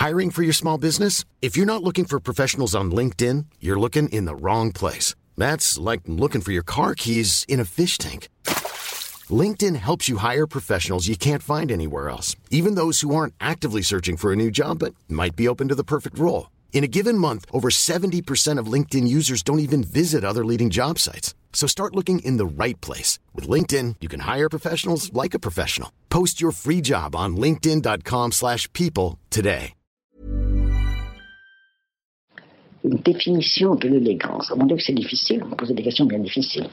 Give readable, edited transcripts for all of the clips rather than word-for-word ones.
Hiring for your small business? If you're not looking for professionals on LinkedIn, you're looking in the wrong place. That's like looking for your car keys in a fish tank. LinkedIn helps you hire professionals you can't find anywhere else, even those who aren't actively searching for a new job but might be open to the perfect role. In a given month, over 70% of LinkedIn users don't even visit other leading job sites. So start looking in the right place. With LinkedIn, you can hire professionals like a professional. Post your free job on linkedin.com/people today. Une définition de l'élégance. Mon Dieu, c'est difficile. Vous me posez des questions bien difficiles.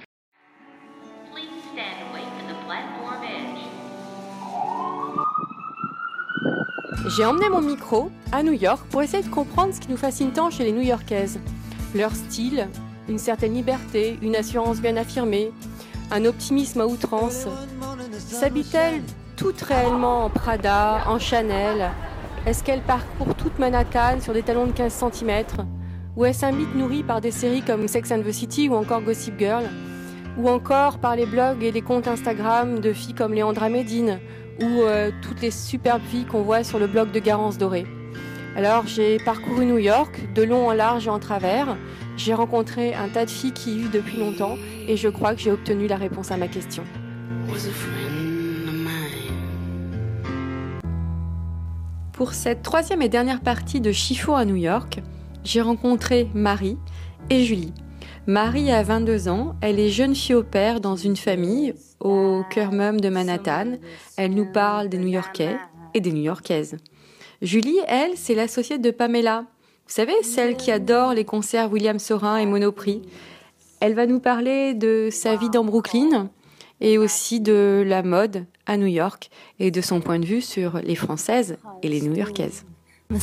J'ai emmené mon micro à New York pour essayer de comprendre ce qui nous fascine tant chez les New-Yorkaises. Leur style, une certaine liberté, une assurance bien affirmée, un optimisme à outrance. S'habillent-elles toutes réellement en Prada, en Chanel ? Est-ce qu'elles parcourent toute Manhattan sur des talons de 15 cm ? Ou est-ce un mythe nourri par des séries comme Sex and the City ou encore Gossip Girl ? Ou encore par les blogs et les comptes Instagram de filles comme Léandra Medine ou toutes les superbes filles qu'on voit sur le blog de Garance Doré. Alors j'ai parcouru New York, de long en large et en travers. J'ai rencontré un tas de filles qui y vivent depuis longtemps et je crois que j'ai obtenu la réponse à ma question. Pour cette troisième et dernière partie de Chiffon à New York, j'ai rencontré Marie et Julie. Marie a 22 ans, elle est jeune fille au père dans une famille au cœur même de Manhattan. Elle nous parle des New-Yorkais et des New-Yorkaises. Julie, elle, c'est l'associée de Pamela. Vous savez, celle qui adore les concerts William Sorin et Monoprix. Elle va nous parler de sa vie dans Brooklyn et aussi de la mode à New York et de son point de vue sur les Françaises et les New-Yorkaises. On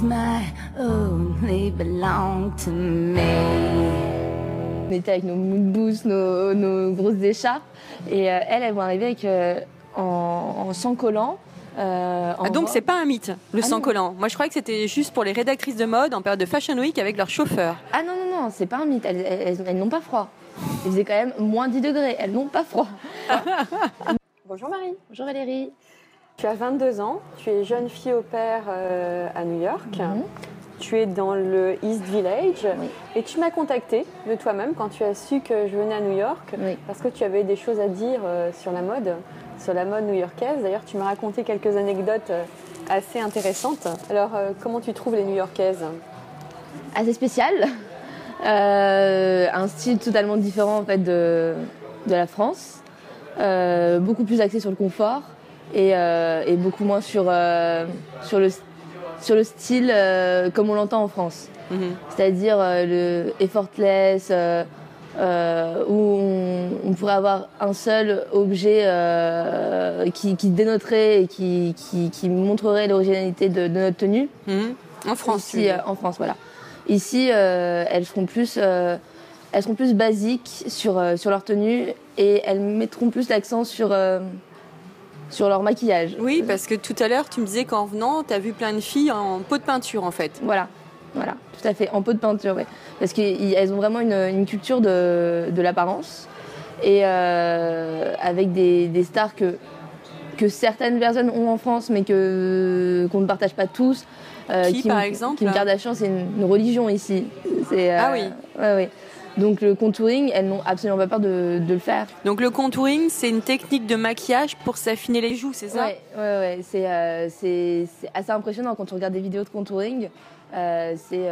était avec nos mood boots, nos grosses écharpes et elles vont arriver avec en sang collant. Donc c'est pas un mythe, le sang collant. Moi je croyais que c'était juste pour les rédactrices de mode en période de Fashion Week avec leurs chauffeurs. Ah non, c'est pas un mythe, elles n'ont pas froid. Il faisait quand même moins 10 degrés, elles n'ont pas froid. Bonjour Marie. Bonjour Valérie. Tu as 22 ans, tu es jeune fille au père à New York. Tu es dans le East Village et tu m'as contactée de toi-même quand tu as su que je venais à New York parce que tu avais des choses à dire sur la mode new-yorkaise. D'ailleurs, tu m'as raconté quelques anecdotes assez intéressantes. Alors, comment tu trouves les New-Yorkaises ? Assez spécial. Un style totalement différent en fait, de la France. Beaucoup plus axé sur le confort et beaucoup moins sur le style comme on l'entend en France. C'est-à-dire le effortless, où on pourrait avoir un seul objet qui dénoterait et qui montrerait l'originalité de notre tenue. En France, ici, en France, voilà. Ici, elles seront plus basiques sur leur tenue et elles mettront plus l'accent sur leur maquillage. Oui, parce que tout à l'heure, tu me disais qu'en venant, tu as vu plein de filles en pot de peinture, en fait. Voilà, tout à fait, en pot de peinture, oui. Parce qu'elles ont vraiment une culture de l'apparence et avec des stars que certaines personnes ont en France, mais qu'on ne partage pas tous. Qui, par exemple Kim Kardashian, c'est une religion ici. Ah oui. Oui. Donc le contouring, elles n'ont absolument pas peur de le faire. Donc le contouring, c'est une technique de maquillage pour s'affiner les joues, c'est ça ? Ouais. C'est assez impressionnant quand on regarde des vidéos de contouring. C'est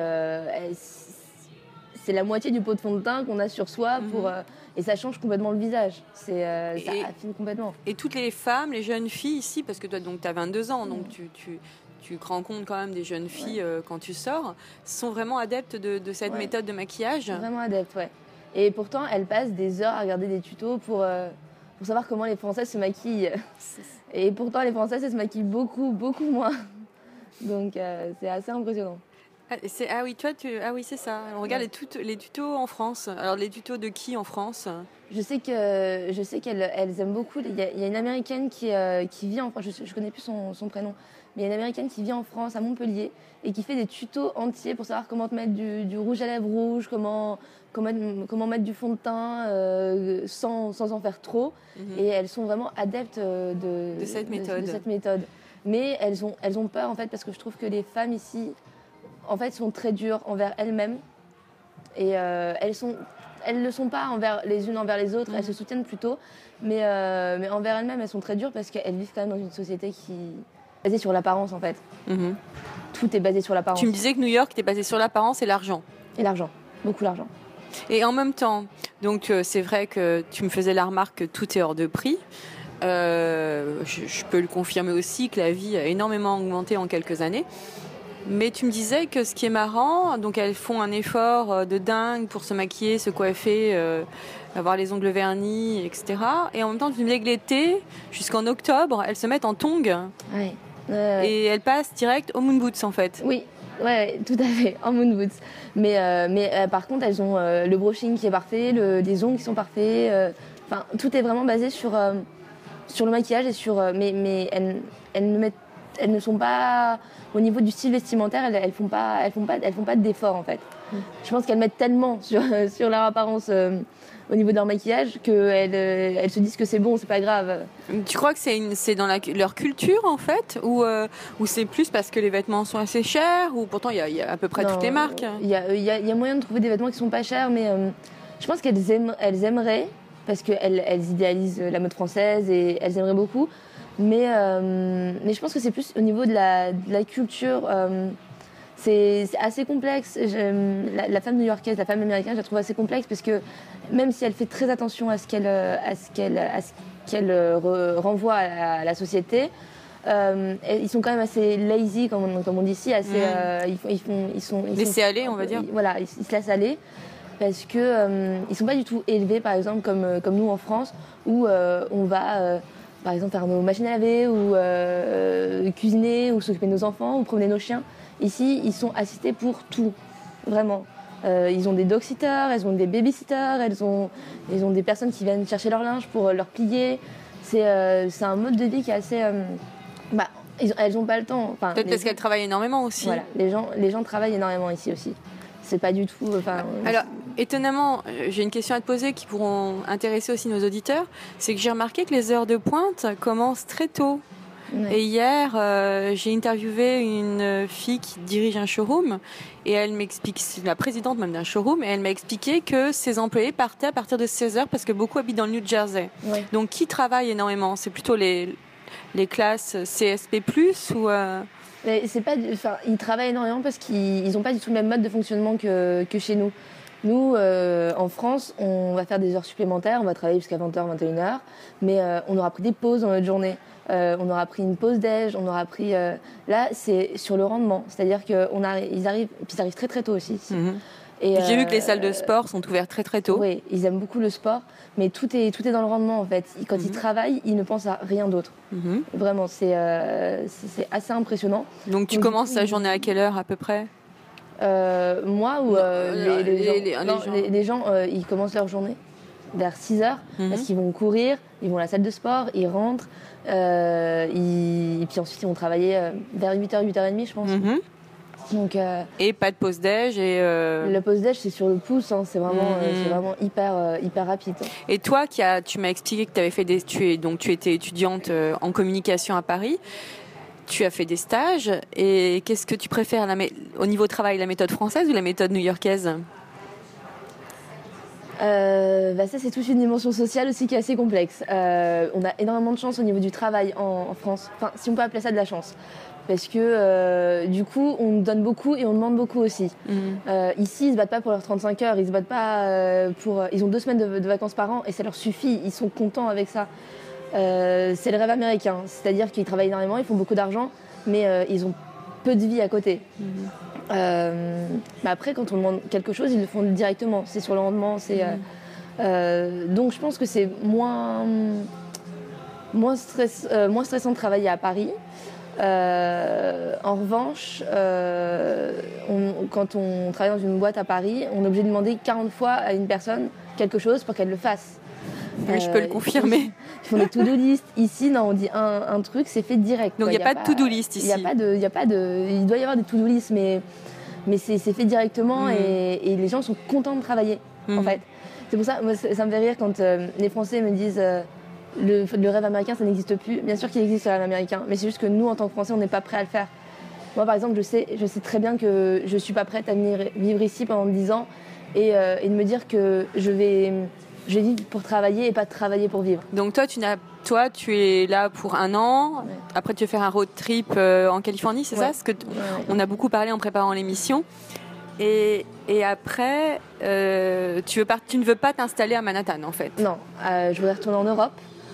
la moitié du pot de fond de teint qu'on a sur soi et ça change complètement le visage. Ça affine complètement. Et toutes les femmes, les jeunes filles ici, parce que toi donc tu as 22 ans, donc tu rencontres quand même des jeunes filles quand tu sors, sont vraiment adeptes de cette méthode de maquillage ? Vraiment adeptes, ouais. Et pourtant, elles passent des heures à regarder des tutos pour savoir comment les Françaises se maquillent. Et pourtant, les Françaises, elles se maquillent beaucoup, beaucoup moins. Donc, c'est assez impressionnant. C'est ça. On regarde les tutos en France. Alors, les tutos de qui en France ? Je sais qu'elles aiment beaucoup. Il y a une Américaine qui vit en France, je connais plus son prénom, mais il y a une Américaine qui vit en France, à Montpellier, et qui fait des tutos entiers pour savoir comment te mettre du rouge à lèvres rouge, comment mettre du fond de teint sans en faire trop. Et elles sont vraiment adeptes de cette méthode. Mais elles ont peur, en fait, parce que je trouve que les femmes ici, en fait, sont très dures envers elles-mêmes. Et elles ne sont pas les unes envers les autres, elles se soutiennent plutôt. Mais envers elles-mêmes, elles sont très dures parce qu'elles vivent quand même dans une société qui est basée sur l'apparence, en fait. Tout est basé sur l'apparence. Tu me disais que New York était basé sur l'apparence et l'argent. Et l'argent, beaucoup l'argent. Et en même temps, donc c'est vrai que tu me faisais la remarque que tout est hors de prix. Je peux le confirmer aussi que la vie a énormément augmenté en quelques années. Mais tu me disais que ce qui est marrant, donc elles font un effort de dingue pour se maquiller, se coiffer, avoir les ongles vernis, etc. Et en même temps, tu me disais que l'été, jusqu'en octobre, elles se mettent en tongs. Ouais. Et elles passent direct aux moon boots en fait. Oui, ouais, tout à fait, en moon boots. Mais par contre, elles ont le brushing qui est parfait, les ongles qui sont parfaits. Enfin, tout est vraiment basé sur le maquillage et mais elles ne sont pas au niveau du style vestimentaire, elles font pas d'efforts en fait. Je pense qu'elles mettent tellement sur leur apparence au niveau de leur maquillage qu'elles se disent que c'est bon, c'est pas grave. Tu crois que c'est dans leur culture en fait, ou c'est plus parce que les vêtements sont assez chers, ou pourtant il y a à peu près toutes les marques. Il y a moyen de trouver des vêtements qui sont pas chers, mais je pense qu'elles aimeraient, parce qu'elles idéalisent la mode française et elles aimeraient beaucoup. Mais je pense que c'est plus au niveau de la culture. C'est assez complexe. La femme new-yorkaise, la femme américaine, je la trouve assez complexe parce que même si elle fait très attention à ce qu'elle renvoie à la société, ils sont quand même assez lazy, comme on dit ici. Ils sont laissés aller, on va dire. Voilà, ils se laissent aller parce que ils sont pas du tout élevés, par exemple, comme nous en France, où on va par exemple faire nos machines à laver ou cuisiner ou s'occuper de nos enfants ou promener nos chiens. Ici, ils sont assistés pour tout, vraiment. Ils ont des dog-sitters, elles ont des baby-sitters, ils ont des personnes qui viennent chercher leur linge pour leur plier. C'est un mode de vie qui est assez... elles n'ont pas le temps. Enfin, peut-être parce qu'elles travaillent énormément aussi. Voilà, les gens travaillent énormément ici aussi. C'est pas du tout... Alors, étonnamment, j'ai une question à te poser qui pourront intéresser aussi nos auditeurs. C'est que j'ai remarqué que les heures de pointe commencent très tôt. Ouais. Et hier, j'ai interviewé une fille qui dirige un showroom et elle m'explique, c'est la présidente même d'un showroom, et elle m'a expliqué que ses employés partaient à partir de 16h parce que beaucoup habitent dans le New Jersey. Ouais. Donc, qui travaille énormément? C'est plutôt les classes CSP+, ou... Mais c'est pas, ils travaillent énormément parce qu'ils n'ont pas du tout le même mode de fonctionnement que chez nous. Nous, en France, on va faire des heures supplémentaires, on va travailler jusqu'à 20h, 21h, mais on aura pris des pauses dans notre journée. On aura pris une pause déj, on aura pris... là, c'est sur le rendement, c'est-à-dire qu'ils arrivent très très tôt aussi. Ici. Et j'ai vu que les salles de sport sont ouvertes très très tôt. Oui, ils aiment beaucoup le sport, mais tout est dans le rendement en fait. Quand ils travaillent, ils ne pensent à rien d'autre. Vraiment, c'est assez impressionnant. Donc tu commences ta journée à quelle heure à peu près? Moi ou les gens, ils commencent leur journée vers 6h parce qu'ils vont courir, ils vont à la salle de sport, ils rentrent, et puis ensuite ils vont travailler vers 8h, 8h30 je pense. Donc, et pas de pause déj Le pause déj c'est sur le pouce, hein, c'est vraiment hyper rapide. Et toi tu m'as expliqué que tu avais fait tu étais étudiante en communication à Paris. Tu as fait des stages et qu'est-ce que tu préfères au niveau travail, la méthode française ou la méthode new-yorkaise? Ça c'est toute une dimension sociale aussi qui est assez complexe. On a énormément de chance au niveau du travail en France, enfin si on peut appeler ça de la chance. Parce que du coup, on donne beaucoup et on demande beaucoup aussi. Ici, ils se battent pas pour leurs 35 heures, ils se battent pas ils ont 2 semaines de vacances par an et ça leur suffit, ils sont contents avec ça. C'est le rêve américain, c'est-à-dire qu'ils travaillent énormément, ils font beaucoup d'argent, mais ils ont peu de vie à côté. Mais après, quand on demande quelque chose, ils le font directement, c'est sur le rendement. Donc je pense que c'est moins stressant de travailler à Paris. En revanche, quand on travaille dans une boîte à Paris, on est obligé de demander 40 fois à une personne quelque chose pour qu'elle le fasse. Oui, je peux le confirmer. Ils font des to-do list. Ici, non, on dit un truc, c'est fait direct. Donc il n'y a pas de to-do list ici. Il doit y avoir des to-do list, mais c'est fait directement et les gens sont contents de travailler, en fait. C'est pour ça, moi, ça me fait rire quand les Français me disent le rêve américain, ça n'existe plus. Bien sûr qu'il existe le rêve américain, mais c'est juste que nous, en tant que Français, on n'est pas prêts à le faire. Moi, par exemple, je sais très bien que je ne suis pas prête à venir vivre ici pendant 10 ans et de me dire que je vais vivre pour travailler et pas travailler pour vivre. Donc toi, tu es là pour 1 an. Ouais. Après, tu veux faire un road trip en Californie, c'est ça? On a beaucoup parlé en préparant l'émission. Et après, tu ne veux pas t'installer à Manhattan, en fait? Non, je voudrais retourner en Europe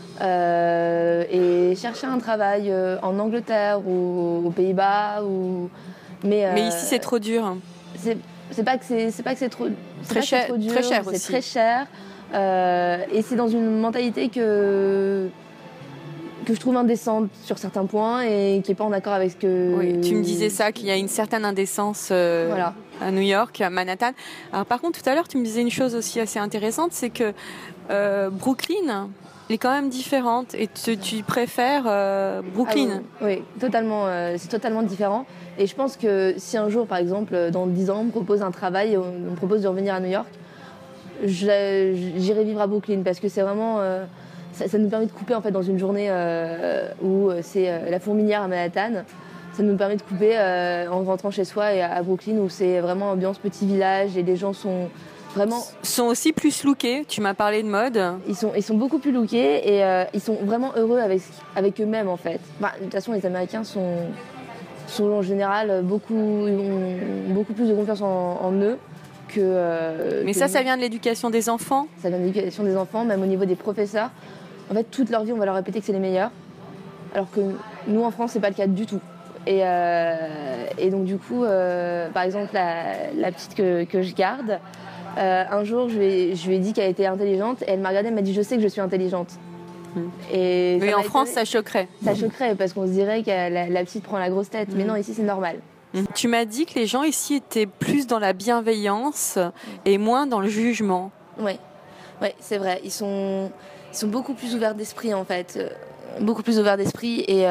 et chercher un travail en Angleterre ou aux Pays-Bas. Mais ici, c'est trop dur. C'est pas que c'est trop très cher, trop dur, très cher c'est aussi. Très cher. Et c'est dans une mentalité que je trouve indécente sur certains points et qui n'est pas en accord avec ce que... Oui, tu me disais ça, qu'il y a une certaine indécence à New York, à Manhattan. Alors par contre, tout à l'heure, tu me disais une chose aussi assez intéressante, c'est que Brooklyn est quand même différente et tu préfères Brooklyn. Oui, totalement. C'est totalement différent. Et je pense que si un jour, par exemple, dans 10 ans, on me propose un travail et on me propose de revenir à New York, j'irai vivre à Brooklyn parce que c'est vraiment... Ça nous permet de couper en fait dans une journée où c'est la fourmilière à Manhattan. Ça nous permet de couper en rentrant chez soi et à Brooklyn où c'est vraiment ambiance petit village et les gens sont vraiment... Sont aussi plus lookés, tu m'as parlé de mode. Ils sont beaucoup plus lookés et ils sont vraiment heureux avec eux-mêmes en fait. Enfin, de toute façon les Américains sont en général ont beaucoup plus de confiance en eux. Mais ça vient de l'éducation des enfants? Ça vient de l'éducation des enfants, même au niveau des professeurs. En fait, toute leur vie, on va leur répéter que c'est les meilleurs. Alors que nous, en France, c'est pas le cas du tout. Et donc, du coup, par exemple, la petite que je garde, un jour, je lui ai dit qu'elle était intelligente. Et elle m'a regardée, elle m'a dit « Je sais que je suis intelligente ». Et oui, en France, ça choquerait. Ça choquerait, parce qu'on se dirait que la petite prend la grosse tête. Mais non, ici, c'est normal. Tu m'as dit que les gens ici étaient plus dans la bienveillance et moins dans le jugement. Oui, c'est vrai. Ils sont beaucoup plus ouverts d'esprit, en fait. Beaucoup plus ouverts d'esprit. Et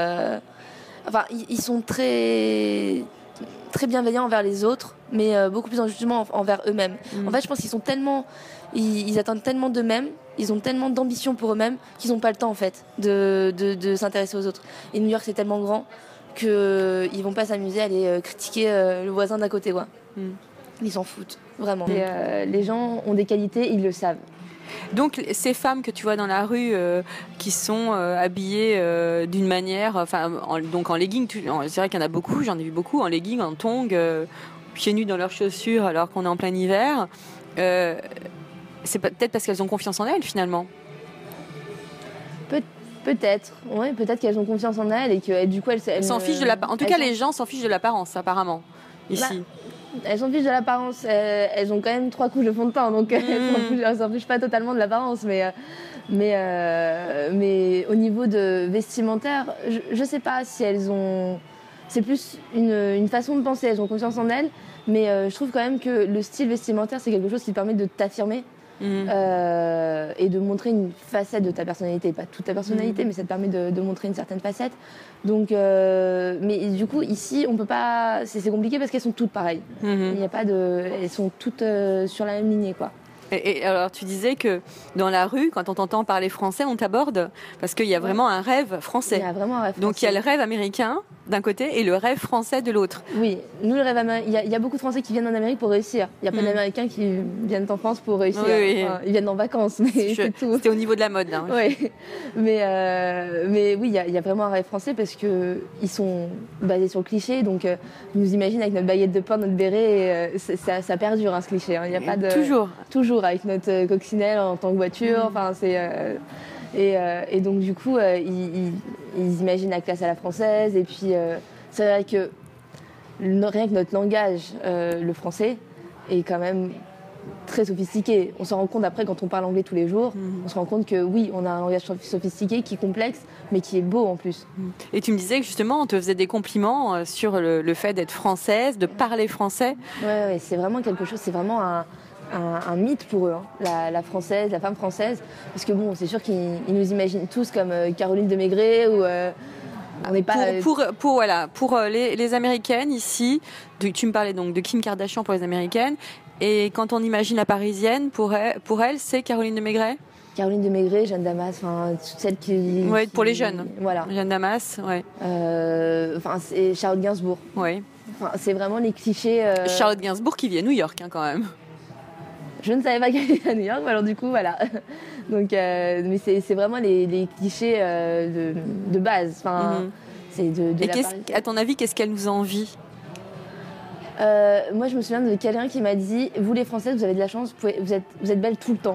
ils sont très, très bienveillants envers les autres, mais beaucoup plus en jugement envers eux-mêmes. En fait, je pense qu'ils sont tellement... Ils attendent tellement d'eux-mêmes, ils ont tellement d'ambition pour eux-mêmes qu'ils n'ont pas le temps, en fait, de s'intéresser aux autres. Et New York, c'est tellement grand qu'ils vont pas s'amuser à aller critiquer le voisin d'à côté, quoi. Ils s'en foutent, vraiment. Et, les gens ont des qualités, ils le savent. Donc ces femmes que tu vois dans la rue qui sont habillées d'une manière, donc en legging, c'est vrai qu'il y en a beaucoup, j'en ai vu beaucoup, en legging, en tongs, pieds nus dans leurs chaussures alors qu'on est en plein hiver. C'est peut-être parce qu'elles ont confiance en elles finalement. Peut-être, ouais, peut-être qu'elles ont confiance en elles et que du coup elles s'en fichent de l'apparence. En tout cas, les gens s'en fichent de l'apparence apparemment ici. Elles s'en fichent de l'apparence. Elles ont quand même 3 couches de fond de teint, donc elles s'en fichent pas totalement de l'apparence. Mais au niveau de vestimentaire, je sais pas si elles ont. C'est plus une façon de penser. Elles ont confiance en elles, mais je trouve quand même que le style vestimentaire, c'est quelque chose qui permet de t'affirmer. Et de montrer une facette de ta personnalité, pas toute ta personnalité, mais ça te permet de montrer une certaine facette. Donc, mais du coup ici on peut pas, c'est compliqué parce qu'elles sont toutes pareilles. Il n'y a pas elles sont toutes sur la même lignée, quoi. Et alors tu disais que dans la rue, quand on t'entend parler français, on t'aborde parce qu'il y a vraiment un rêve français. Il y a vraiment un rêve français. Donc il y a le rêve américain d'un côté et le rêve français de l'autre. Oui, nous le rêve américain, il y a beaucoup de Français qui viennent en Amérique pour réussir. Il y a pas d'Américains qui viennent en France pour réussir. Oui. Enfin, ils viennent en vacances, mais c'est tout. C'était au niveau de la mode, hein. Oui, mais oui, il y a vraiment un rêve français parce que ils sont basés sur le cliché. Donc, ils nous imaginent avec notre baguette de pain, notre béret, et ça perdure, hein, ce cliché. Hein. Il y a pas de toujours avec notre coccinelle en tant que voiture. Enfin, c'est et donc du coup, ils imaginent la classe à la française. Et puis, c'est vrai que rien que notre langage, le français, est quand même très sophistiqué. On s'en rend compte après quand on parle anglais tous les jours. On se rend compte que oui, on a un langage sophistiqué qui est complexe, mais qui est beau en plus. Et tu me disais que justement, on te faisait des compliments sur le fait d'être française, de parler français. Ouais, c'est vraiment quelque chose, c'est vraiment un mythe pour eux, hein, la française, la femme française. Parce que bon, c'est sûr qu'ils nous imaginent tous comme Caroline de Maigret ou... on n'est pas... Pour les Américaines ici, tu me parlais donc de Kim Kardashian pour les Américaines, et quand on imagine la Parisienne, pour elle, c'est Caroline de Maigret? Caroline de Maigret, Jeanne Damas, enfin toutes celles qui. Ouais, pour les jeunes. Voilà. Jeanne Damas, ouais. Enfin, c'est Charlotte Gainsbourg. Ouais. Enfin, c'est vraiment les clichés. Charlotte Gainsbourg qui vit à New York, quand même. Je ne savais pas qu'elle était à New York, alors du coup, voilà. Donc, mais c'est vraiment les clichés de base. Enfin, c'est de et à ton avis, qu'est-ce qu'elle nous envie? Moi, je me souviens de quelqu'un qui m'a dit « Vous, les Françaises, vous avez de la chance, vous êtes belles tout le temps. »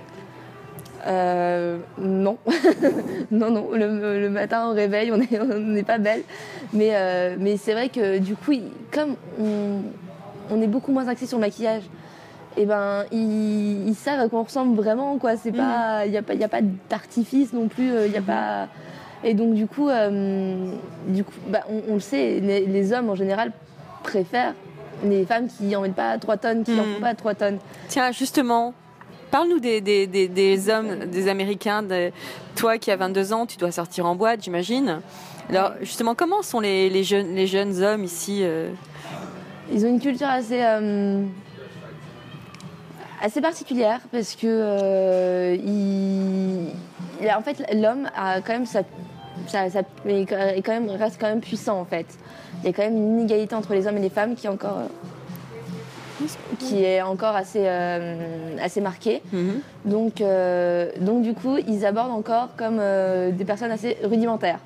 Non. non. Le matin, au réveil, on n'est pas belle. Mais c'est vrai que, du coup, comme on est beaucoup moins axé sur le maquillage, et ben, ils savent à quoi on ressemble vraiment, quoi. C'est pas, il y a pas d'artifice non plus, il y a pas... Et donc, du coup, bah, on le sait, les hommes, en général, préfèrent les femmes qui n'en mettent pas 3 tonnes, qui n'en font pas 3 tonnes. Tiens, justement, parle-nous des hommes, des Américains. Toi qui as 22 ans, tu dois sortir en boîte, j'imagine. Alors, justement, comment sont les jeunes hommes ici Ils ont une culture assez particulière parce que en fait, l'homme a quand même reste quand même puissant, en fait. Il y a quand même une inégalité entre les hommes et les femmes qui est encore assez marquée. Donc, du coup, ils abordent encore comme des personnes assez rudimentaires.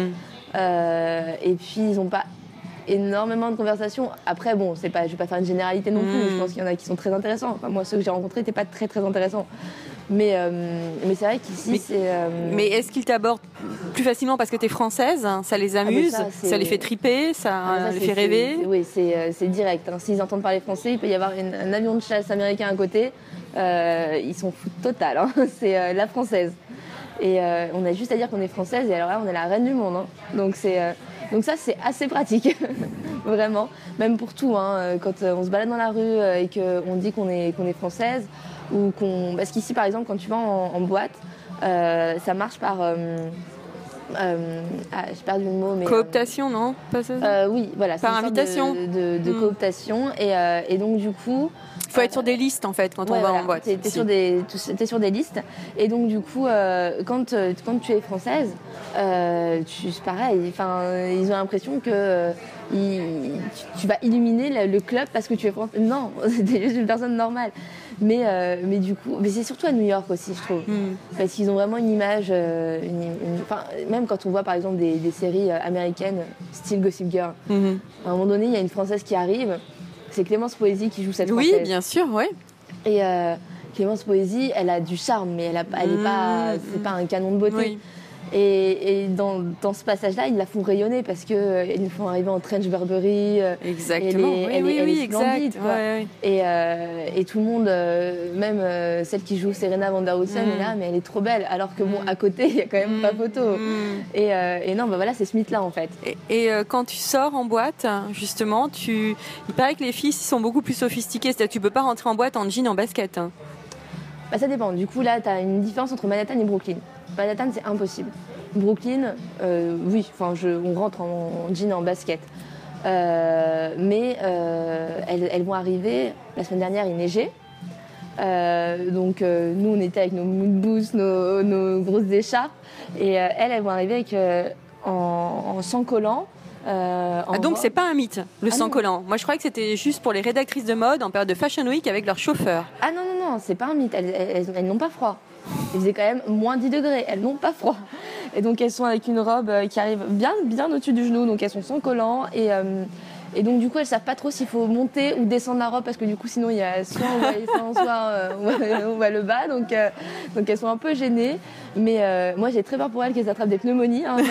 Et puis, ils n'ont pas énormément de conversations. Après, bon, je vais pas faire une généralité non plus. Je pense qu'il y en a qui sont très intéressants. Enfin, moi, ceux que j'ai rencontrés n'étaient pas très, très intéressants. Mais c'est vrai qu'ici, Mais est-ce qu'ils t'abordent plus facilement parce que tu es française? Ça les amuse? Ça les fait triper? Ça les fait rêver? Oui, c'est direct. Hein. S'ils entendent parler français, il peut y avoir un avion de chasse américain à côté. Ils sont fous total. Hein. C'est la française. Et on a juste à dire qu'on est française. Et alors là, on est la reine du monde. Hein. Donc ça, c'est assez pratique. Vraiment. Même pour tout. Hein. Quand on se balade dans la rue et qu'on dit qu'on est française, parce qu'ici, par exemple, quand tu vas en boîte, ça marche par... j'ai perdu le mot, mais... Cooptation, non? Pas ça oui, voilà. Par invitation. De cooptation. Et donc, du coup... Il faut être sur des listes, en fait, quand on va en boîte. T'es sur des listes. Et donc, du coup, quand tu es française, c'est pareil. Ils ont l'impression que tu vas illuminer le club parce que tu es française. Non, t'es juste une personne normale. Mais du coup, c'est surtout à New York aussi, je trouve. Parce qu'ils ont vraiment une image... même quand on voit, par exemple, des séries américaines, style Gossip Girl, à un moment donné, il y a une Française qui arrive. C'est Clémence Poésy qui joue cette Française. Oui, bien sûr, oui. Et Clémence Poésy, elle a du charme, mais c'est pas un canon de beauté. Oui. Et dans ce passage-là, ils la font rayonner parce qu'ils nous font arriver en trench Burberry. Exactement. Elle est splendide, exact. quoi. Ouais. Et tout le monde, même celle qui joue Serena Van Der Woodsen, est là, mais elle est trop belle. Alors que bon, à côté, il y a quand même pas photo. Et non, bah voilà, c'est ce mythe-là en fait. Et quand tu sors en boîte, justement, il paraît que les filles sont beaucoup plus sophistiquées. C'est-à-dire que tu peux pas rentrer en boîte en jean, en basket. Bah, ça dépend. Du coup, là, tu as une différence entre Manhattan et Brooklyn. Manhattan, c'est impossible. Brooklyn, oui, on rentre en jean et en basket. Mais elles vont arriver. La semaine dernière, il neigeait. Donc, nous, on était avec nos mood boots, nos grosses écharpes. Et elles vont arriver avec, en sans collant. Donc c'est pas un mythe, le sang collant. Moi je croyais que c'était juste pour les rédactrices de mode en période de Fashion Week avec leurs chauffeurs. Ah non, c'est pas un mythe, elles n'ont pas froid. Il faisait quand même moins 10 degrés, elles n'ont pas froid. Et donc elles sont avec une robe qui arrive bien au-dessus du genou, donc elles sont sans collant. Et donc du coup elles savent pas trop s'il faut monter ou descendre la robe parce que du coup sinon il y a soit on va les seins, soit on va le bas. Donc elles sont un peu gênées. Mais moi j'ai très peur pour elles qu'elles attrapent des pneumonies. Hein,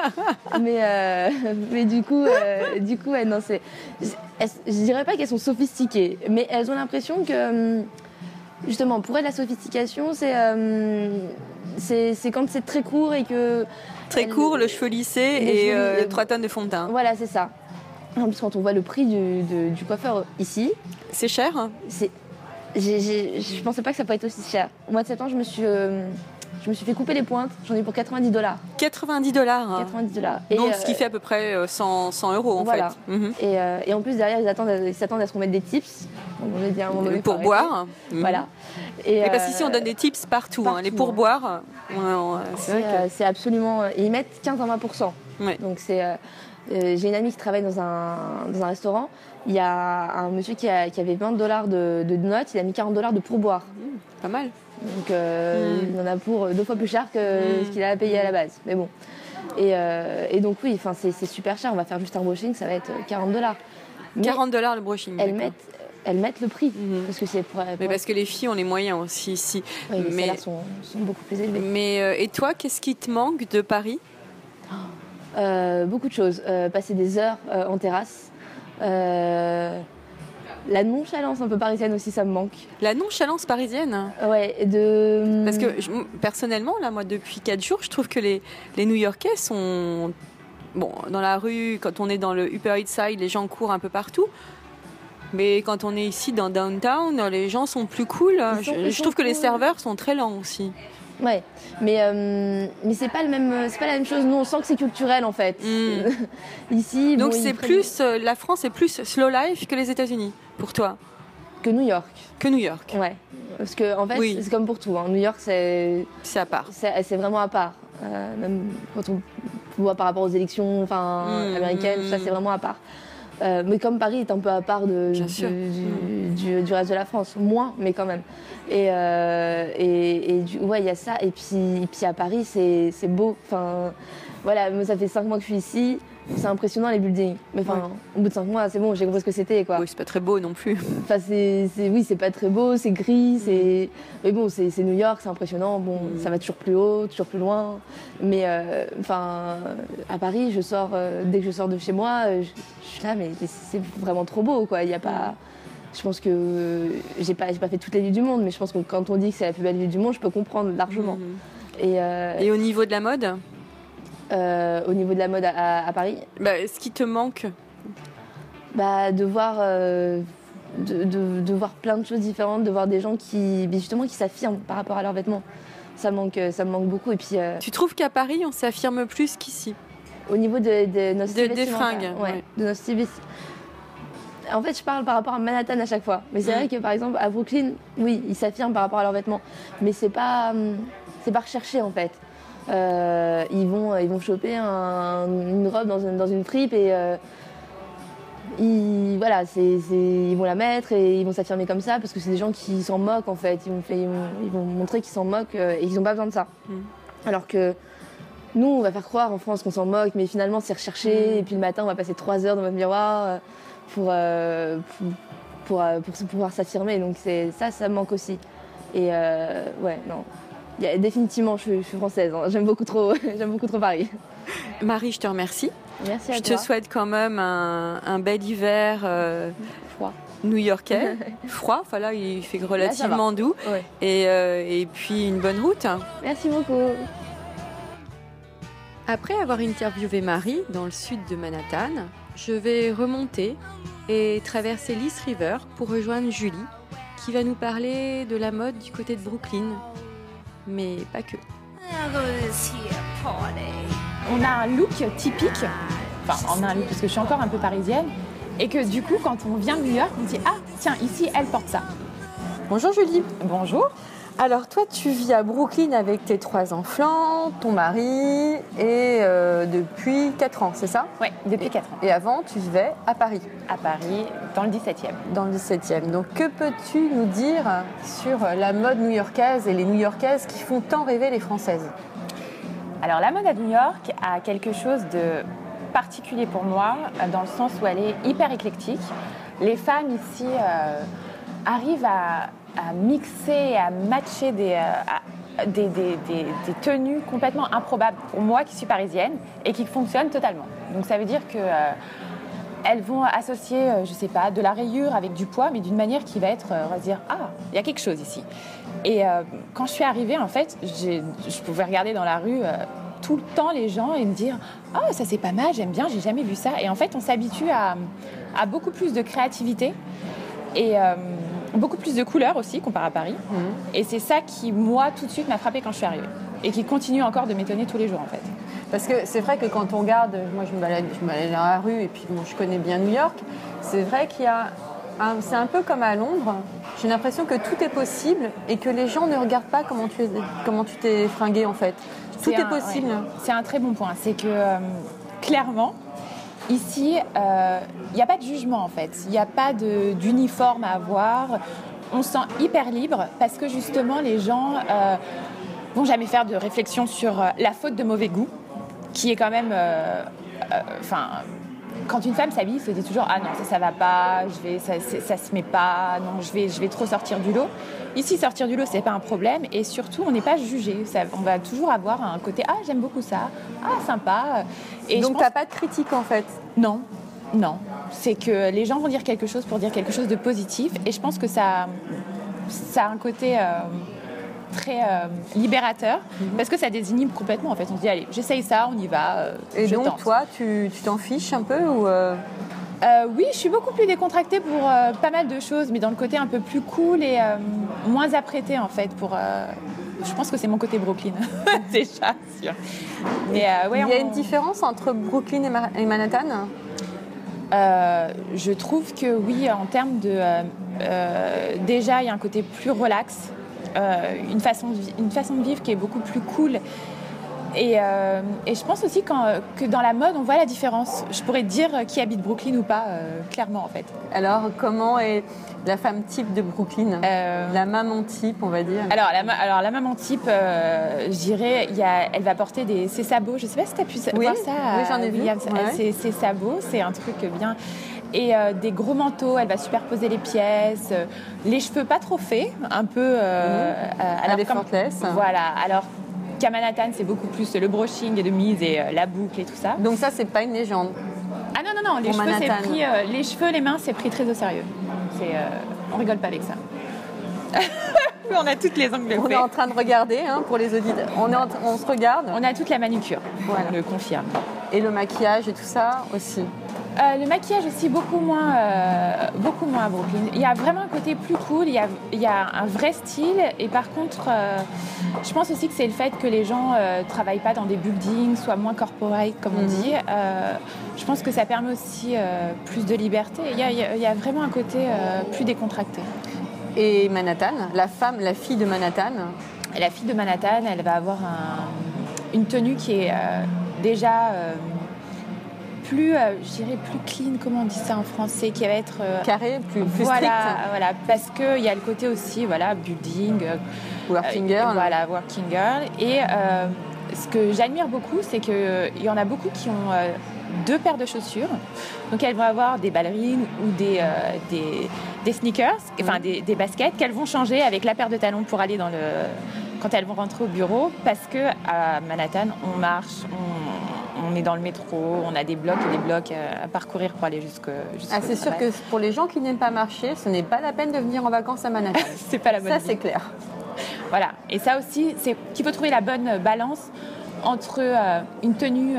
mais du coup ouais, non, je dirais pas qu'elles sont sophistiquées, mais elles ont l'impression que justement pour elles la sophistication c'est quand c'est très court et que... Très court, le cheveu lissé et 3 tonnes de fond de teint. Voilà, c'est ça. En plus, quand on voit le prix du coiffeur ici... C'est cher, hein. Je pensais pas que ça pourrait être aussi cher. Au mois de septembre, je me suis Je me suis fait couper les pointes, j'en ai pour $90. $90. $90. Donc ce qui fait à peu près 100 € en voilà. fait. Et en plus derrière ils s'attendent à ce qu'on mette des tips. On dit à un moment donné, pour boire. Voilà. Et parce qu'ici on donne des tips partout. Les pourboires, c'est absolument. Et ils mettent 15 à 20%. Ouais. Donc j'ai une amie qui travaille dans un restaurant. Il y a un monsieur qui avait $20 de notes, il a mis $40 de pourboire. Pas mal. Donc il en a pour 2 fois plus cher que ce qu'il a payé à la base. Mais bon. Et donc oui, c'est super cher. On va faire juste un brushing, ça va être $40. Mais $40 le brushing. Elles mettent le prix. Parce que c'est Mais parce que les filles ont les moyens aussi ici. Oui, les salaires sont beaucoup plus élevés. Mais et toi, qu'est-ce qui te manque de Paris ? Beaucoup de choses. Passer des heures en terrasse. La nonchalance un peu parisienne aussi, ça me manque. La nonchalance parisienne ? Ouais, Parce que personnellement, là, moi, depuis 4 jours, je trouve que les New-Yorkais sont... Bon, dans la rue, quand on est dans le Upper East Side, les gens courent un peu partout. Mais quand on est ici dans Downtown, les gens sont plus cool. Je trouve que les serveurs sont très lents aussi. Ouais, mais c'est pas la même chose. Nous, on sent que c'est culturel en fait. Ici, donc c'est plus la France est plus slow life que les États-Unis pour toi. Que New York. Que New York. Ouais, parce que en fait, c'est comme pour tout. New York, c'est à part. C'est vraiment à part. Même quand on voit par rapport aux élections, américaines, tout ça, c'est vraiment à part. Mais comme Paris est un peu à part du reste de la France, moins, mais quand même. Il y a ça. Et puis à Paris, c'est beau. Enfin, voilà, moi, ça fait 5 mois que je suis ici. C'est impressionnant les buildings. Mais au bout de 5 mois, c'est bon, j'ai compris ce que c'était, quoi. Oui, c'est pas très beau non plus. Enfin, c'est pas très beau, c'est gris, mais bon, c'est New York, c'est impressionnant. Bon, ça va toujours plus haut, toujours plus loin. Mais à Paris, je sors dès que je sors de chez moi, je suis là, mais c'est vraiment trop beau, quoi. Il y a pas. Je pense que j'ai pas fait toutes les villes du monde, mais je pense que quand on dit que c'est la plus belle ville du monde, je peux comprendre largement. Et au niveau de la mode? Au niveau de la mode à Paris, ce qui te manque, de voir plein de choses différentes, de voir des gens qui s'affirment par rapport à leurs vêtements. Ça me manque beaucoup. Et puis, tu trouves qu'à Paris, on s'affirme plus qu'ici? Au niveau de nos styles des fringues, de nos styles. En fait, je parle par rapport à Manhattan à chaque fois. Mais c'est vrai que, par exemple, à Brooklyn, oui, ils s'affirment par rapport à leurs vêtements. Mais c'est pas recherché, en fait. Ils vont choper une robe dans une fripe et ils vont la mettre et ils vont s'affirmer comme ça parce que c'est des gens qui s'en moquent, en fait. Ils vont montrer qu'ils s'en moquent et ils n'ont pas besoin de ça. Alors que nous, on va faire croire en France qu'on s'en moque, mais finalement, c'est recherché. Et puis le matin, on va passer 3 heures dans notre miroir pour pouvoir s'affirmer. Donc ça me manque aussi. Et non. Définitivement, je suis française. Hein. J'aime beaucoup trop Paris. Marie, je te remercie. Merci à toi. Je te souhaite quand même un bel hiver froid. New-Yorkais. Froid, là, il fait relativement doux. Ouais. Et puis une bonne route. Merci beaucoup. Après avoir interviewé Marie dans le sud de Manhattan, je vais remonter et traverser l'East River pour rejoindre Julie, qui va nous parler de la mode du côté de Brooklyn. Mais pas que. On a un look typique, on a un look parce que je suis encore un peu parisienne, et que du coup, quand on vient de New York, on dit « Ah, tiens, ici, elle porte ça ». Bonjour Julie. Bonjour. Alors toi, tu vis à Brooklyn avec tes 3 enfants, ton mari, et depuis 4 ans, c'est ça? Oui, depuis 4 ans. Et avant, tu vivais à Paris? À Paris, dans le 17e. Dans le 17e. Donc que peux-tu nous dire sur la mode new-yorkaise et les new-yorkaises qui font tant rêver les Françaises? Alors la mode à New York a quelque chose de particulier pour moi, dans le sens où elle est hyper éclectique. Les femmes ici arrivent à mixer, à matcher des tenues complètement improbables pour moi qui suis parisienne et qui fonctionnent totalement. Donc ça veut dire que elles vont associer, je sais pas, de la rayure avec du poids, mais d'une manière qui va être, on va se dire, ah, il y a quelque chose ici. Et quand je suis arrivée, en fait, je pouvais regarder dans la rue tout le temps les gens et me dire, ah, ça c'est pas mal, j'aime bien, j'ai jamais vu ça. Et en fait, on s'habitue à beaucoup plus de créativité. Et beaucoup plus de couleurs aussi comparé à Paris. Et c'est ça qui, moi, tout de suite m'a frappée quand je suis arrivée. Et qui continue encore de m'étonner tous les jours, en fait. Parce que c'est vrai que quand on regarde, moi je me balade dans la rue et puis bon, je connais bien New York, c'est vrai qu'il y a, c'est un peu comme à Londres, j'ai l'impression que tout est possible et que les gens ne regardent pas comment tu t'es fringué en fait. Tout est possible. Ouais. C'est un très bon point, c'est que clairement, ici, il n'y a pas de jugement en fait, il n'y a pas d'uniforme à avoir, on se sent hyper libre parce que justement les gens vont jamais faire de réflexion sur la faute de mauvais goût, qui est quand même... quand une femme s'habille, se dit toujours « Ah non, ça va pas, ça se met pas, non, je vais trop sortir du lot ». Ici, sortir du lot, c'est pas un problème et surtout, on n'est pas jugé. On va toujours avoir un côté « Ah, j'aime beaucoup ça, ah, sympa ». Donc, t'as pas de critique en fait? Non. C'est que les gens vont dire quelque chose pour dire quelque chose de positif et je pense que ça a un côté... très libérateur parce que ça désinhibe complètement en fait. On se dit allez, j'essaye ça, on y va. Et donc tente. Toi, tu t'en fiches un peu ou Oui, je suis beaucoup plus décontractée pour pas mal de choses, mais dans le côté un peu plus cool et moins apprêtée en fait. Je pense que c'est mon côté Brooklyn déjà sûr. Mais ouais, il y a une différence entre Brooklyn et Manhattan? Je trouve que oui, en termes de déjà il y a un côté plus relax. Une façon de vivre qui est beaucoup plus cool et je pense aussi que dans la mode on voit la différence. Je pourrais te dire qui habite Brooklyn ou pas clairement en fait. Alors comment est la femme type de Brooklyn, la maman type on va dire? Alors la maman type je dirais elle va porter ses sabots, je sais pas si tu as pu voir ça. Oui, j'en ai vu. Ses sabots, c'est un truc bien. Et des gros manteaux, elle va superposer les pièces, les cheveux pas trop faits, un peu... à l'effortless. Voilà, alors qu'à Manhattan, c'est beaucoup plus le brushing de mise et la boucle et tout ça. Donc ça, c'est pas une légende? Ah non, les cheveux, les cheveux, les mains, c'est pris très au sérieux. On rigole pas avec ça. On a toutes les angles de On est en train de regarder, pour les auditeurs. On se regarde. On a toute la manucure, voilà. On le confirme. Et le maquillage et tout ça aussi? Le maquillage aussi, beaucoup moins à Brooklyn. Il y a vraiment un côté plus cool, il y a un vrai style. Et par contre, je pense aussi que c'est le fait que les gens ne travaillent pas dans des buildings, soient moins corporate, comme on dit. Je pense que ça permet aussi plus de liberté. Il y a vraiment un côté plus décontracté. Et Manhattan, la fille de Manhattan? La fille de Manhattan, elle va avoir une tenue qui est déjà... plus, je dirais plus clean, comment on dit ça en français, qui va être... carré, plus voilà, strict. Voilà, parce qu'il y a le côté aussi, voilà, building. Working girl. Voilà, working girl. Et ce que j'admire beaucoup, c'est qu'il y en a beaucoup qui ont 2 paires de chaussures. Donc elles vont avoir des ballerines ou des sneakers, enfin des baskets qu'elles vont changer avec la paire de talons pour aller quand elles vont rentrer au bureau, parce que à Manhattan, on marche, on est dans le métro, on a des blocs et des blocs à parcourir pour aller jusqu'au c'est sûr que pour les gens qui n'aiment pas marcher, ce n'est pas la peine de venir en vacances à Manhattan. C'est pas la bonne Ça, vie. c'est clair. Voilà. Et ça aussi, c'est qu'il faut trouver la bonne balance entre une tenue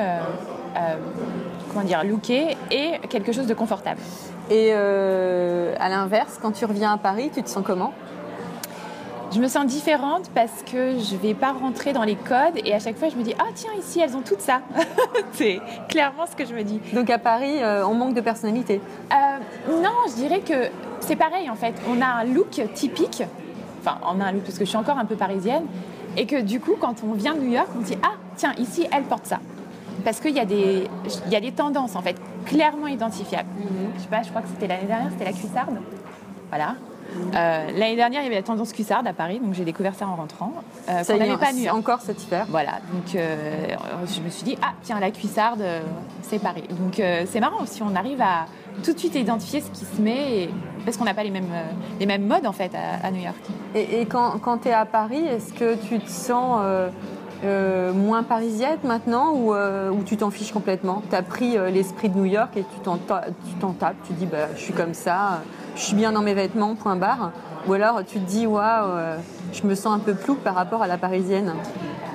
lookée et quelque chose de confortable. Et à l'inverse, quand tu reviens à Paris, tu te sens comment? Je me sens différente parce que je ne vais pas rentrer dans les codes et à chaque fois je me dis « Ah tiens, ici elles ont tout ça !» C'est clairement ce que je me dis. Donc à Paris, on manque de personnalité? Non, je dirais que c'est pareil en fait. On a un look typique, enfin on a un look parce que je suis encore un peu parisienne et que du coup quand on vient de New York, on se dit « Ah tiens, ici elle porte ça !» Parce qu'il y a des tendances en fait, clairement identifiables. Je sais pas, je crois que c'était l'année dernière, c'était la cuissarde. Voilà. L'année dernière, il y avait la tendance cuissarde à Paris, donc j'ai découvert ça en rentrant. Ça n'avait pas New York. Encore cet hiver. Voilà, donc je me suis dit, ah tiens, la cuissarde, c'est Paris. Donc c'est marrant aussi, on arrive à tout de suite identifier ce qui se met, parce qu'on n'a pas les mêmes modes en fait à New York. Et quand tu es à Paris, est-ce que tu te sens moins parisienne maintenant ou tu t'en fiches complètement? Tu as pris l'esprit de New York et tu t'en tapes, tu dis je suis comme ça, je suis bien dans mes vêtements, point barre. Ou alors tu te dis waouh, je me sens un peu plouc par rapport à la parisienne.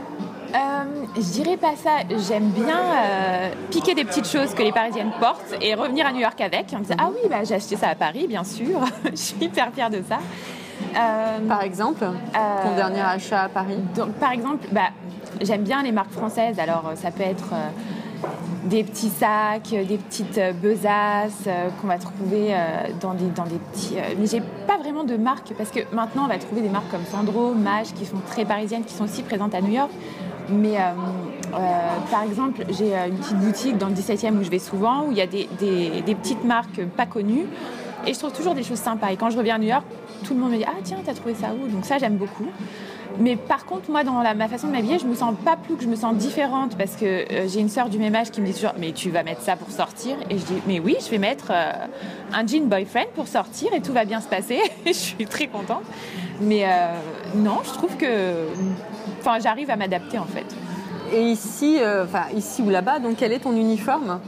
Je dirais pas ça. J'aime bien piquer des petites choses que les Parisiennes portent et revenir à New York avec. En me disant, ah oui, j'ai acheté ça à Paris, bien sûr. Je suis hyper fière de ça. Par exemple, ton dernier achat à Paris? Donc, par exemple, j'aime bien les marques françaises. Alors, ça peut être des petits sacs, des petites besaces qu'on va trouver dans des petits... mais j'ai pas vraiment de marque, parce que maintenant, on va trouver des marques comme Sandro, Maje, qui sont très parisiennes, qui sont aussi présentes à New York. Mais par exemple, j'ai une petite boutique dans le 17e où je vais souvent, où il y a des petites marques pas connues. Et je trouve toujours des choses sympas. Et quand je reviens à New York, tout le monde me dit « Ah tiens, t'as trouvé ça où ?» Donc ça, j'aime beaucoup. Mais par contre, moi, dans ma façon de m'habiller, je me sens pas plus que je me sens différente, parce que j'ai une sœur du même âge qui me dit toujours « Mais tu vas mettre ça pour sortir ?» Et je dis « Mais oui, je vais mettre un jean boyfriend pour sortir et tout va bien se passer. » Je suis très contente. Mais non, je trouve que... Enfin, j'arrive à m'adapter, en fait. Et ici ou là-bas, donc quel est ton uniforme?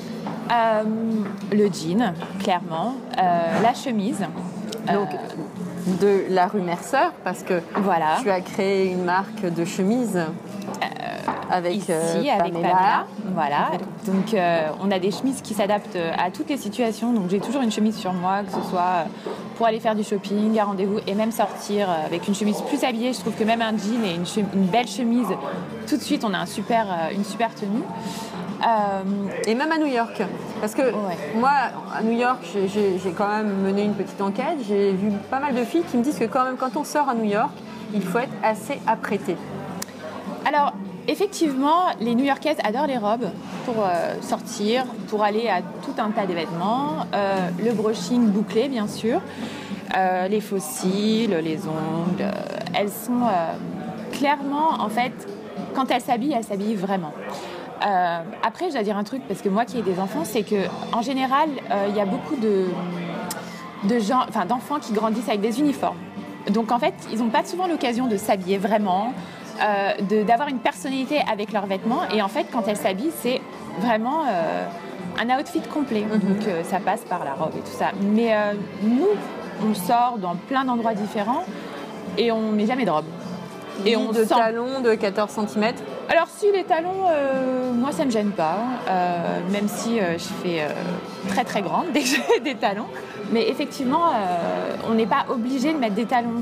Le jean, clairement. La chemise. Donc, de la rue Mercer, parce que voilà. Tu as créé une marque de chemise avec ici, avec Pamela. Voilà. Donc, on a des chemises qui s'adaptent à toutes les situations. Donc, j'ai toujours une chemise sur moi, que ce soit pour aller faire du shopping, à rendez-vous, et même sortir avec une chemise plus habillée. Je trouve que même un jean et une belle chemise, tout de suite, on a une super tenue. Et même à New York, parce que moi à New York j'ai quand même mené une petite enquête, j'ai vu pas mal de filles qui me disent que quand même quand on sort à New York, il faut être assez apprêté. Alors effectivement, les New-Yorkaises adorent les robes pour sortir, pour aller à tout un tas d'événements, le brushing bouclé bien sûr, les faux cils, les ongles, elles sont clairement en fait, quand elles s'habillent vraiment. Après, je dois dire un truc, parce que moi qui ai des enfants, c'est qu'en général, il y a beaucoup d'enfants qui grandissent avec des uniformes. Donc en fait, ils n'ont pas souvent l'occasion de s'habiller vraiment, d'avoir une personnalité avec leurs vêtements. Et en fait, quand elles s'habillent, c'est vraiment un outfit complet. Donc ça passe par la robe et tout ça. Mais nous, on sort dans plein d'endroits différents et on ne met jamais de robe. Et on de talons de 14 cm. Alors si les talons, moi ça me gêne pas, même si je fais très très grande dès que j'ai des talons. Mais effectivement, on n'est pas obligé de mettre des talons.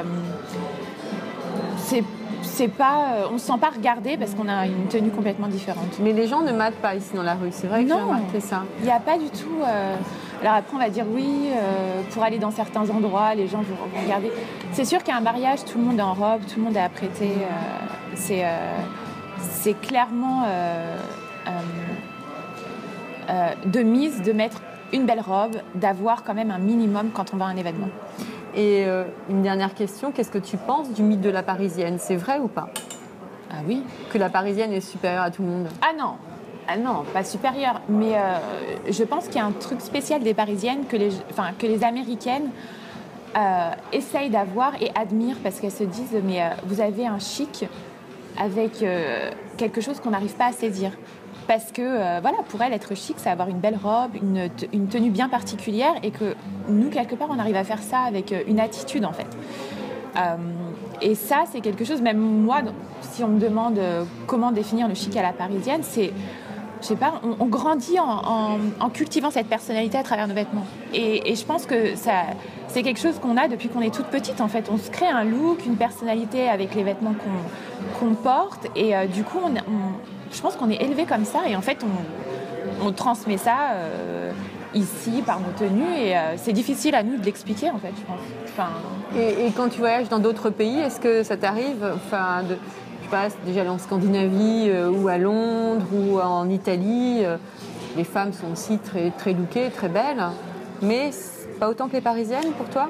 C'est pas, on se sent pas regardé parce qu'on a une tenue complètement différente. Mais les gens ne matent pas ici dans la rue, c'est vrai que j'ai remarqué ça. Il n'y a pas du tout. Alors après on va dire oui, pour aller dans certains endroits, les gens vont regarder. C'est sûr qu'à un mariage, tout le monde est en robe, tout le monde est apprêté. C'est clairement de mise de mettre une belle robe, d'avoir quand même un minimum quand on va à un événement. Et une dernière question, qu'est-ce que tu penses du mythe de la Parisienne? C'est vrai ou pas? Ah oui. Que la Parisienne est supérieure à tout le monde? Ah non, pas supérieure. Mais je pense qu'il y a un truc spécial des Parisiennes que les Américaines essayent d'avoir et admirent, parce qu'elles se disent mais vous avez un chic avec quelque chose qu'on n'arrive pas à saisir. Parce que, pour elle, être chic, c'est avoir une belle robe, une tenue bien particulière, et que nous, quelque part, on arrive à faire ça avec une attitude, en fait. Et ça, c'est quelque chose, même moi, si on me demande comment définir le chic à la parisienne, c'est, je sais pas, on grandit en cultivant cette personnalité à travers nos vêtements. Et je pense que ça, c'est quelque chose qu'on a depuis qu'on est toute petite, en fait. On se crée un look, une personnalité avec les vêtements qu'on porte, et du coup, je pense qu'on est élevé comme ça, et en fait, on transmet ça ici par nos tenues, et c'est difficile à nous de l'expliquer, en fait, je pense. Et quand tu voyages dans d'autres pays, est-ce que ça t'arrive, je passe déjà en Scandinavie ou à Londres ou en Italie, les femmes sont aussi très, très lookées, très belles, mais pas autant que les Parisiennes pour toi?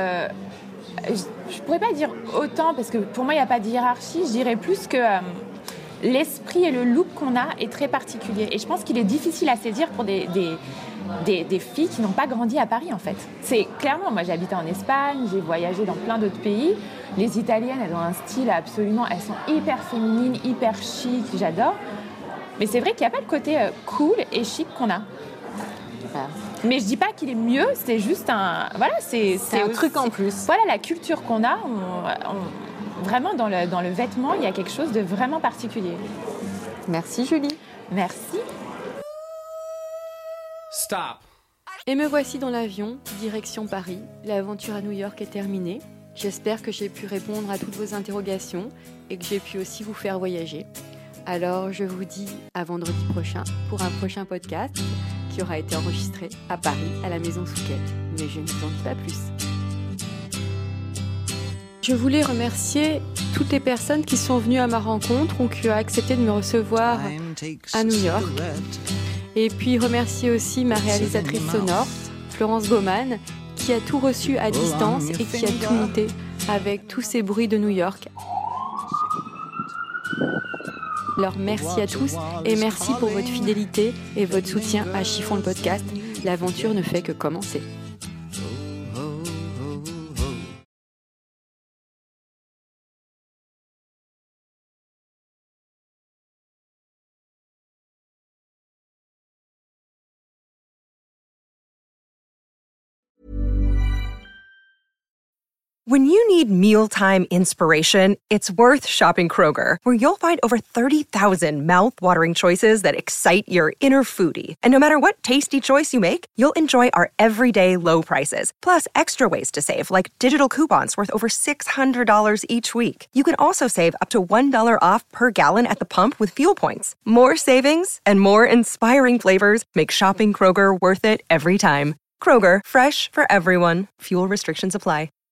Je pourrais pas dire autant, parce que pour moi, il n'y a pas de hiérarchie. Je dirais plus que l'esprit et le look qu'on a est très particulier. Et je pense qu'il est difficile à saisir pour des filles qui n'ont pas grandi à Paris, en fait. C'est clairement, moi j'habitais en Espagne, j'ai voyagé dans plein d'autres pays. Les Italiennes, elles ont un style absolument, elles sont hyper féminines, hyper chic, j'adore. Mais c'est vrai qu'il n'y a pas le côté cool et chic qu'on a. Mais je dis pas qu'il est mieux, c'est juste un... Voilà, c'est un truc en plus. Voilà, la culture qu'on a, vraiment dans le vêtement, il y a quelque chose de vraiment particulier. Merci Julie. Merci. Stop. Et me voici dans l'avion, direction Paris. L'aventure à New York est terminée. J'espère que j'ai pu répondre à toutes vos interrogations et que j'ai pu aussi vous faire voyager. Alors je vous dis à vendredi prochain pour un prochain podcast qui aura été enregistré à Paris, à la Maison Souquet. Mais je ne vous en dis pas plus. Je voulais remercier toutes les personnes qui sont venues à ma rencontre ou qui ont accepté de me recevoir à New York. Et puis remercier aussi ma réalisatrice sonore, Florence Baumann, qui a tout reçu à distance et qui a tout noté avec tous ces bruits de New York. Alors merci à tous et merci pour votre fidélité et votre soutien à Chiffon le podcast. L'aventure ne fait que commencer. When you need mealtime inspiration, it's worth shopping Kroger, where you'll find over 30,000 mouth-watering choices that excite your inner foodie. And no matter what tasty choice you make, you'll enjoy our everyday low prices, plus extra ways to save, like digital coupons worth over $600 each week. You can also save up to $1 off per gallon at the pump with fuel points. More savings and more inspiring flavors make shopping Kroger worth it every time. Kroger, fresh for everyone. Fuel restrictions apply.